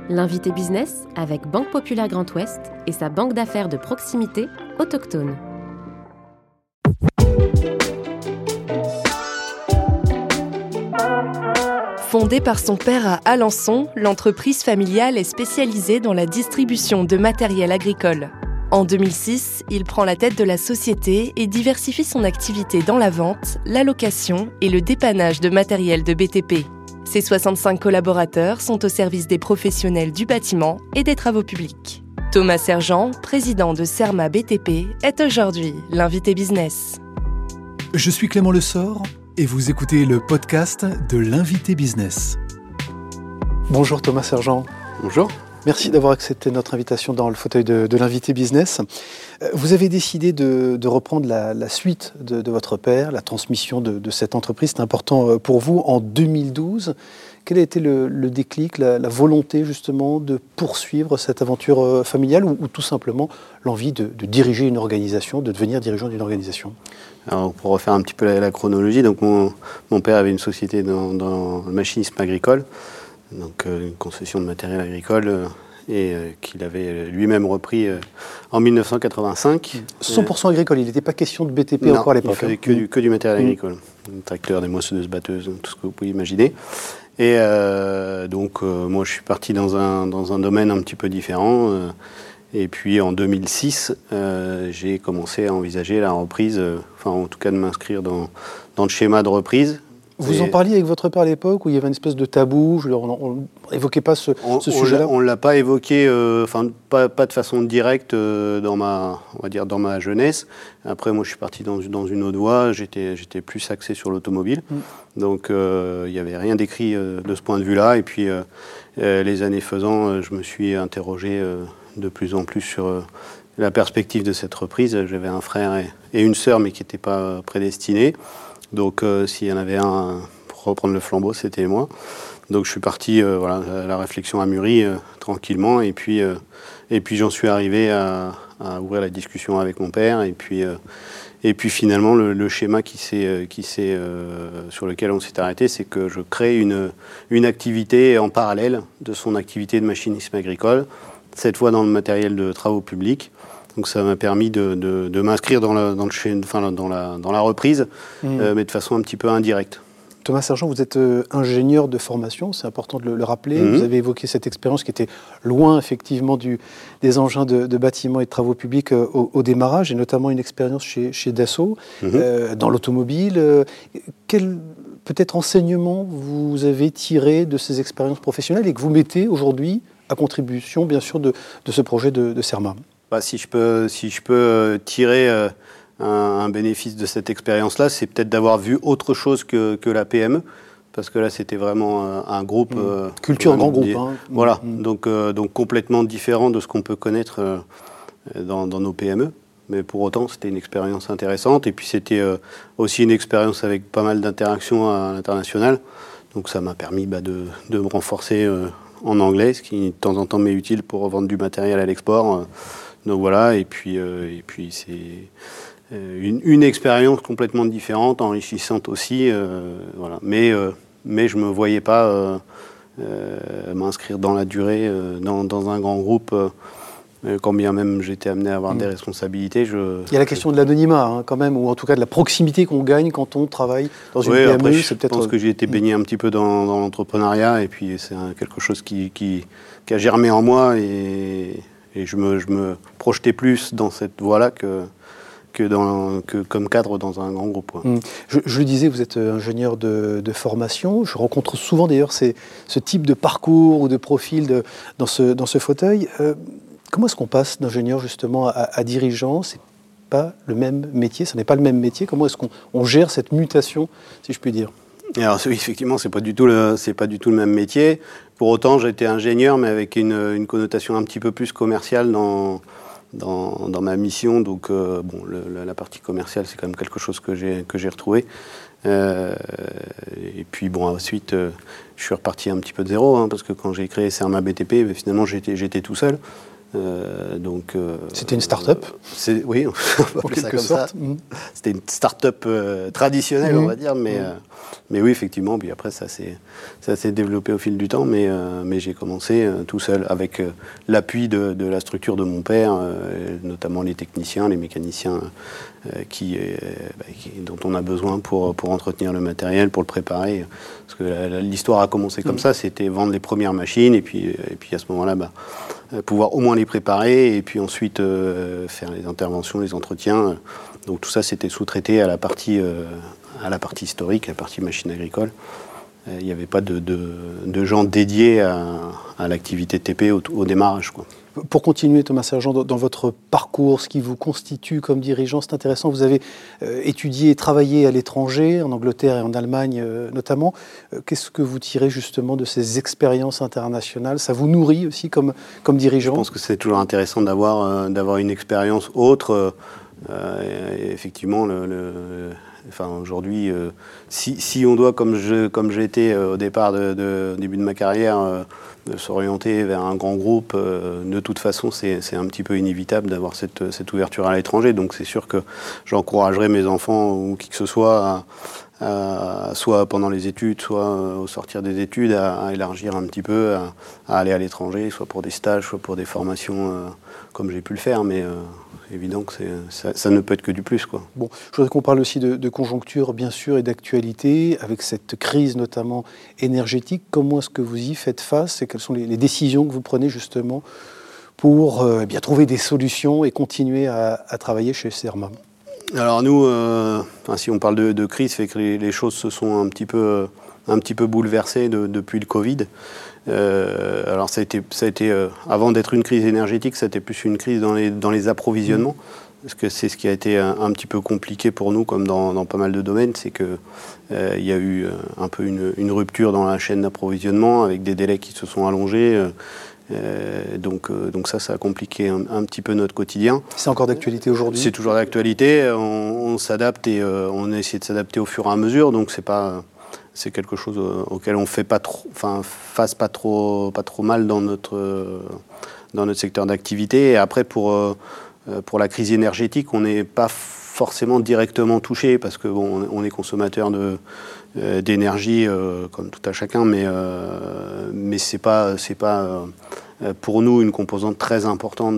L'invité business avec Banque Populaire Grand Ouest et sa banque d'affaires de proximité autochtone. Fondée par son père à Alençon, l'entreprise familiale est spécialisée dans la distribution de matériel agricole. En 2006, il prend la tête de la société et diversifie son activité dans la vente, la location et le dépannage de matériel de BTP. Ses 65 collaborateurs sont au service des professionnels du bâtiment et des travaux publics. Thomas Sergent, président de Cerma BTP, est aujourd'hui l'invité business. Je suis Clément Lessort et vous écoutez le podcast de l'invité business. Bonjour Thomas Sergent. Bonjour. Merci d'avoir accepté notre invitation dans le fauteuil de l'invité business. Vous avez décidé de reprendre la suite de votre père, la transmission de cette entreprise. C'est important pour vous en 2012. Quel a été le déclic, la volonté justement de poursuivre cette aventure familiale ou tout simplement l'envie de diriger une organisation, de devenir dirigeant d'une organisation ? Alors, pour refaire un petit peu la chronologie, donc mon père avait une société dans le machinisme agricole, donc une concession de matériel agricole, et qu'il avait lui-même repris en 1985. 100% agricole, il n'était pas question de BTP non, encore à l'époque. Il faisait que du matériel agricole, des tracteurs, des moissonneuses, batteuses, tout ce que vous pouvez imaginer. Et donc moi je suis parti dans un domaine un petit peu différent. Et puis en 2006, j'ai commencé à envisager la reprise, enfin en tout cas de m'inscrire dans le schéma de reprise. Vous en parliez avec votre père à l'époque où il y avait une espèce de tabou, on n'évoquait pas ce sujet-là ? On ne l'a pas évoqué, pas de façon directe dans ma jeunesse. Après, moi, je suis parti dans une autre voie. J'étais plus axé sur l'automobile. Donc, il n'y avait rien d'écrit de ce point de vue-là. Et puis, les années faisant, je me suis interrogé de plus en plus sur la perspective de cette reprise. J'avais un frère et une sœur, mais qui n'étaient pas prédestinés. Donc, s'il y en avait un pour reprendre le flambeau, c'était moi. Donc, je suis parti, la réflexion a mûri tranquillement. Et puis j'en suis arrivé à ouvrir la discussion avec mon père. Et puis finalement, le schéma sur lequel on s'est arrêté, c'est que je crée une activité en parallèle de son activité de machinisme agricole, cette fois dans le matériel de travaux publics. Donc ça m'a permis de m'inscrire dans la reprise, mais de façon un petit peu indirecte. Thomas Sergent, vous êtes ingénieur de formation, c'est important de le rappeler. Vous avez évoqué cette expérience qui était loin effectivement des engins de bâtiments et de travaux publics au démarrage, et notamment une expérience chez Dassault, dans l'automobile. Quel peut-être enseignement vous avez tiré de ces expériences professionnelles et que vous mettez aujourd'hui à contribution, bien sûr, de ce projet de Cerma ? Si je peux tirer un bénéfice de cette expérience-là, c'est peut-être d'avoir vu autre chose que la PME, parce que là, c'était vraiment un groupe... Culture grand groupe. Voilà, donc complètement différent de ce qu'on peut connaître dans nos PME. Mais pour autant, c'était une expérience intéressante. Et puis, c'était aussi une expérience avec pas mal d'interactions à l'international. Donc, ça m'a permis de me renforcer en anglais, ce qui, de temps en temps, m'est utile pour revendre du matériel à l'export. Donc voilà, et puis c'est une expérience complètement différente, enrichissante aussi, voilà. Mais je me voyais pas m'inscrire dans la durée dans un grand groupe, quand bien même j'étais amené à avoir des responsabilités. Il y a la question de l'anonymat quand même, ou en tout cas de la proximité qu'on gagne quand on travaille dans une PME. Après, je pense que j'ai été baigné un petit peu dans l'entrepreneuriat, et puis c'est quelque chose qui a germé en moi, et je me projetais plus dans cette voie-là que comme cadre dans un grand groupe. Je le disais, vous êtes ingénieur de formation. Je rencontre souvent d'ailleurs ce type de parcours ou de profil dans ce fauteuil. Comment est-ce qu'on passe d'ingénieur justement à dirigeant ? C'est pas le même métier, ce n'est pas le même métier. Comment est-ce qu'on gère cette mutation, si je puis dire ? Alors oui, effectivement, c'est pas du tout le même métier. Pour autant, j'ai été ingénieur, mais avec une connotation un petit peu plus commerciale dans ma mission. Donc, la partie commerciale, c'est quand même quelque chose que j'ai retrouvé. Et puis, ensuite, je suis reparti un petit peu de zéro, parce que quand j'ai créé Cerma BTP, finalement, j'étais tout seul. C'était une start-up oui, on peut appeler ça comme ça. C'était une start-up traditionnelle, on va dire, mais oui, effectivement, puis après, ça s'est développé au fil du temps, mais j'ai commencé tout seul, avec l'appui de la structure de mon père, notamment les techniciens, les mécaniciens, dont on a besoin pour entretenir le matériel, pour le préparer. Parce que l'histoire a commencé comme ça, c'était vendre les premières machines, et puis à ce moment-là, pouvoir au moins les préparer, et puis ensuite faire les interventions, les entretiens. Donc tout ça, c'était sous-traité à la partie historique, à la partie machine agricole. Il n'y avait pas de gens dédiés à l'activité TP au démarrage, quoi. Pour continuer, Thomas Sergent, dans votre parcours, ce qui vous constitue comme dirigeant, c'est intéressant. Vous avez étudié et travaillé à l'étranger, en Angleterre et en Allemagne notamment. Qu'est-ce que vous tirez justement de ces expériences internationales? Ça vous nourrit aussi comme dirigeant? Je pense que c'est toujours intéressant d'avoir une expérience autre. Effectivement, aujourd'hui, si on doit, comme j'ai été au départ au début de ma carrière, s'orienter vers un grand groupe, de toute façon, c'est un petit peu inévitable d'avoir cette ouverture à l'étranger. Donc c'est sûr que j'encouragerais mes enfants ou qui que ce soit, soit pendant les études, soit au sortir des études, à élargir un petit peu, à aller à l'étranger, soit pour des stages, soit pour des formations, comme j'ai pu le faire, mais évident que ça ne peut être que du plus, quoi. Bon, je voudrais qu'on parle aussi de conjoncture, bien sûr, et d'actualité, avec cette crise notamment énergétique. Comment est-ce que vous y faites face et quelles sont les décisions que vous prenez justement pour trouver des solutions et continuer à travailler chez Serma? Alors nous, si on parle de crise, c'est que les choses se sont un petit peu bouleversées depuis le Covid. Alors ça a été avant d'être une crise énergétique, c'était plus une crise dans les approvisionnements, parce que c'est ce qui a été un petit peu compliqué pour nous, comme dans pas mal de domaines, c'est que il y a eu un peu une rupture dans la chaîne d'approvisionnement, avec des délais qui se sont allongés. Donc ça a compliqué un petit peu notre quotidien. C'est encore d'actualité aujourd'hui? C'est toujours d'actualité. On s'adapte et on a essayé de s'adapter au fur et à mesure. Donc c'est quelque chose auquel on fait face pas trop mal dans notre secteur d'activité. Et après pour la crise énergétique, on n'est pas forcément directement touché, parce que on est consommateur d'énergie comme tout à chacun, mais c'est pas pour nous une composante très importante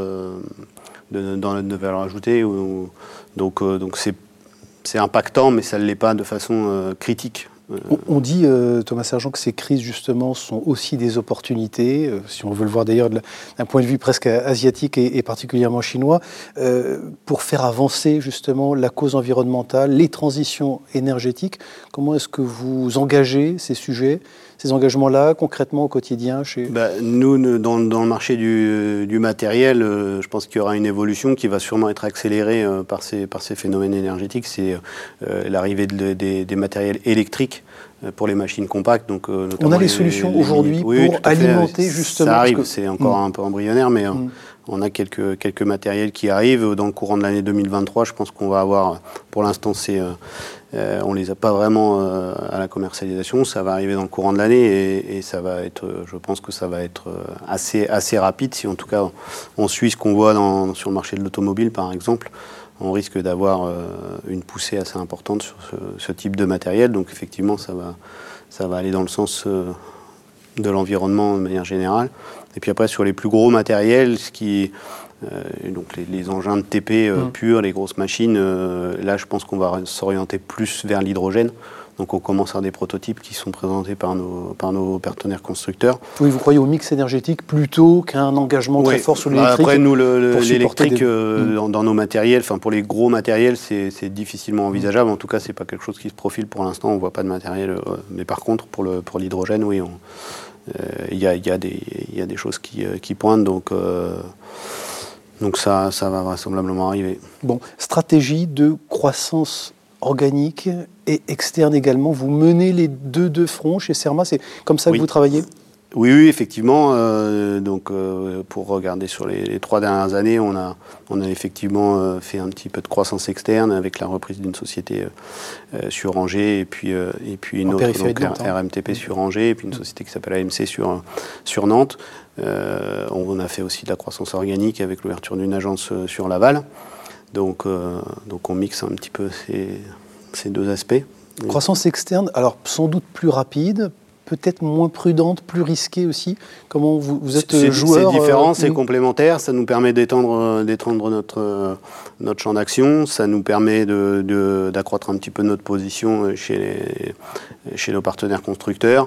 dans notre valeur ajoutée. Donc c'est impactant, mais ça ne l'est pas de façon critique. On dit, Thomas Sergent, que ces crises, justement, sont aussi des opportunités, si on veut le voir d'ailleurs d'un point de vue presque asiatique et particulièrement chinois, pour faire avancer, justement, la cause environnementale, les transitions énergétiques. Comment est-ce que vous engagez ces sujets, ces engagements-là, concrètement, au quotidien Nous, dans le marché du matériel, je pense qu'il y aura une évolution qui va sûrement être accélérée par ces phénomènes énergétiques. C'est l'arrivée des matériels électriques pour les machines compactes. Donc, on a les solutions aujourd'hui pour alimenter justement... Ça arrive, c'est encore un peu embryonnaire, mais on a quelques matériels qui arrivent dans le courant de l'année 2023. Je pense qu'on va avoir, pour l'instant, on ne les a pas vraiment à la commercialisation. Ça va arriver dans le courant de l'année et ça va être, je pense que ça va être assez rapide. Si en tout cas on suit ce qu'on voit sur le marché de l'automobile, par exemple, on risque d'avoir une poussée assez importante sur ce type de matériel. Donc effectivement, ça va aller dans le sens de l'environnement de manière générale. Et puis après, sur les plus gros matériels, donc les engins de TP purs, les grosses machines, là, je pense qu'on va s'orienter plus vers l'hydrogène. Donc on commence à avoir des prototypes qui sont présentés par nos partenaires constructeurs. Oui, vous croyez au mix énergétique plutôt qu'un engagement très fort sur l'électrique? Après, nous, l'électrique dans nos matériels, pour les gros matériels, c'est difficilement envisageable. En tout cas, c'est pas quelque chose qui se profile pour l'instant. On voit pas de matériel. Mais par contre, pour l'hydrogène, oui, il y a des choses qui pointent. Donc ça va vraisemblablement arriver. Bon, stratégie de croissance organique et externe également. Vous menez les deux fronts chez Serma, c'est comme ça que vous travaillez? Oui, effectivement. Pour regarder sur les 3 dernières années, on a effectivement fait un petit peu de croissance externe avec la reprise d'une société sur Angers et puis une autre, donc RMTP sur Angers, et puis une société qui s'appelle AMC sur Nantes. On a fait aussi de la croissance organique avec l'ouverture d'une agence sur Laval. Donc on mixe un petit peu ces deux aspects. Croissance externe, alors sans doute plus rapide, peut-être moins prudente, plus risquée aussi. Comment vous êtes joueur? C'est différent, c'est complémentaire. Ça nous permet d'étendre notre champ d'action. Ça nous permet d'accroître un petit peu notre position chez nos partenaires constructeurs.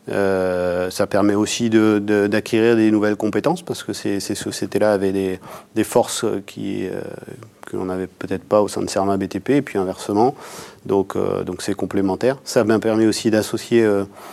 Ça permet aussi d'acquérir des nouvelles compétences parce que ces sociétés-là avaient des forces que l'on n'avait peut-être pas au sein de Cerma BTP, et puis inversement. Donc c'est complémentaire. Ça m'a permis aussi d'associer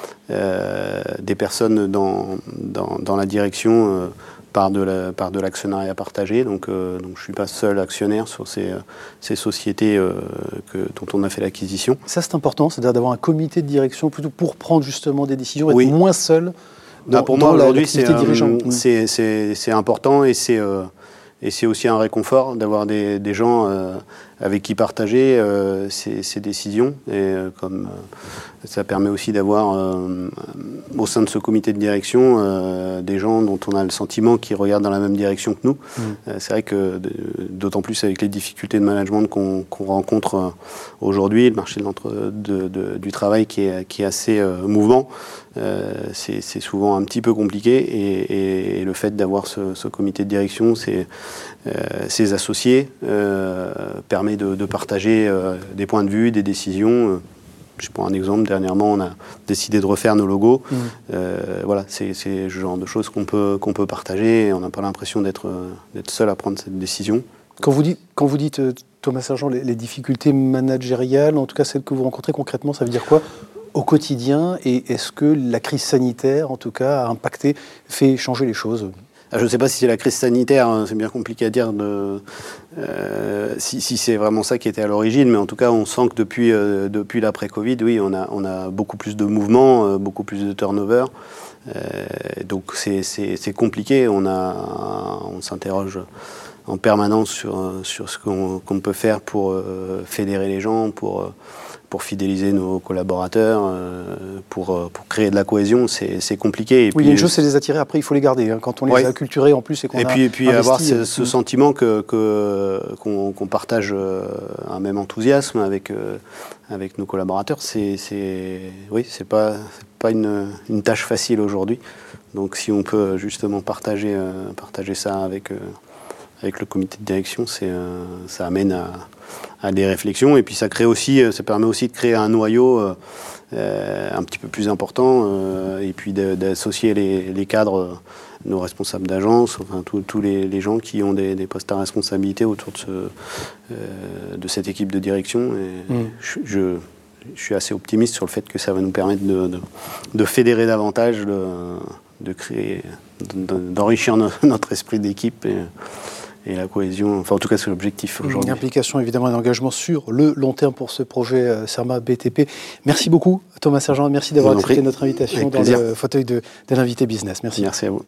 des personnes dans la direction par de l'actionnariat partagé. Donc je ne suis pas seul actionnaire sur ces sociétés dont on a fait l'acquisition. Ça, c'est important, c'est-à-dire d'avoir un comité de direction plutôt pour prendre justement des décisions, être moins seul pour moi, aujourd'hui, dirigeante. C'est important et c'est aussi un réconfort d'avoir des gens avec qui partager ces décisions. Et comme ça permet aussi d'avoir au sein de ce comité de direction des gens dont on a le sentiment qu'ils regardent dans la même direction que nous. C'est vrai que d'autant plus avec les difficultés de management qu'on rencontre aujourd'hui, le marché du travail qui est assez mouvant, c'est souvent un petit peu compliqué et le fait d'avoir ce comité de direction, ses associés, permet de partager des points de vue, des décisions. Je prends un exemple, dernièrement on a décidé de refaire nos logos. Voilà, c'est le genre de choses qu'on peut partager et on n'a pas l'impression d'être seul à prendre cette décision. Quand vous dites Thomas Sergent, les difficultés managériales, en tout cas celles que vous rencontrez concrètement, ça veut dire quoi au quotidien, et est-ce que la crise sanitaire, en tout cas, a impacté, fait changer les choses ? Je ne sais pas si c'est la crise sanitaire, hein, c'est bien compliqué à dire si c'est vraiment ça qui était à l'origine, mais en tout cas on sent que depuis l'après-Covid, oui, on a beaucoup plus de mouvements, beaucoup plus de turnover, donc c'est compliqué, on s'interroge en permanence sur ce qu'on peut faire pour fédérer les gens, pour fidéliser nos collaborateurs, pour créer de la cohésion, c'est compliqué. Et oui, il y a une chose, c'est les attirer, après il faut les garder, hein, quand on les a acculturés en plus et qu'on a puis investi, avoir ce sentiment qu'on partage un même enthousiasme avec nos collaborateurs, c'est pas une tâche facile aujourd'hui. Donc si on peut justement partager ça avec le comité de direction, ça amène à des réflexions, et puis ça permet aussi de créer un noyau un petit peu plus important, et puis d'associer les cadres, nos responsables d'agence, enfin tous les gens qui ont des postes à responsabilité autour de cette équipe de direction. Et je suis assez optimiste sur le fait que ça va nous permettre de fédérer davantage, de créer, d'enrichir notre esprit d'équipe et la cohésion, enfin en tout cas c'est l'objectif aujourd'hui. Implication évidemment et engagement sur le long terme pour ce projet Cerma BTP. Merci beaucoup Thomas Sergent, merci d'avoir accepté notre invitation dans le fauteuil de l'invité business. Merci. Merci à vous.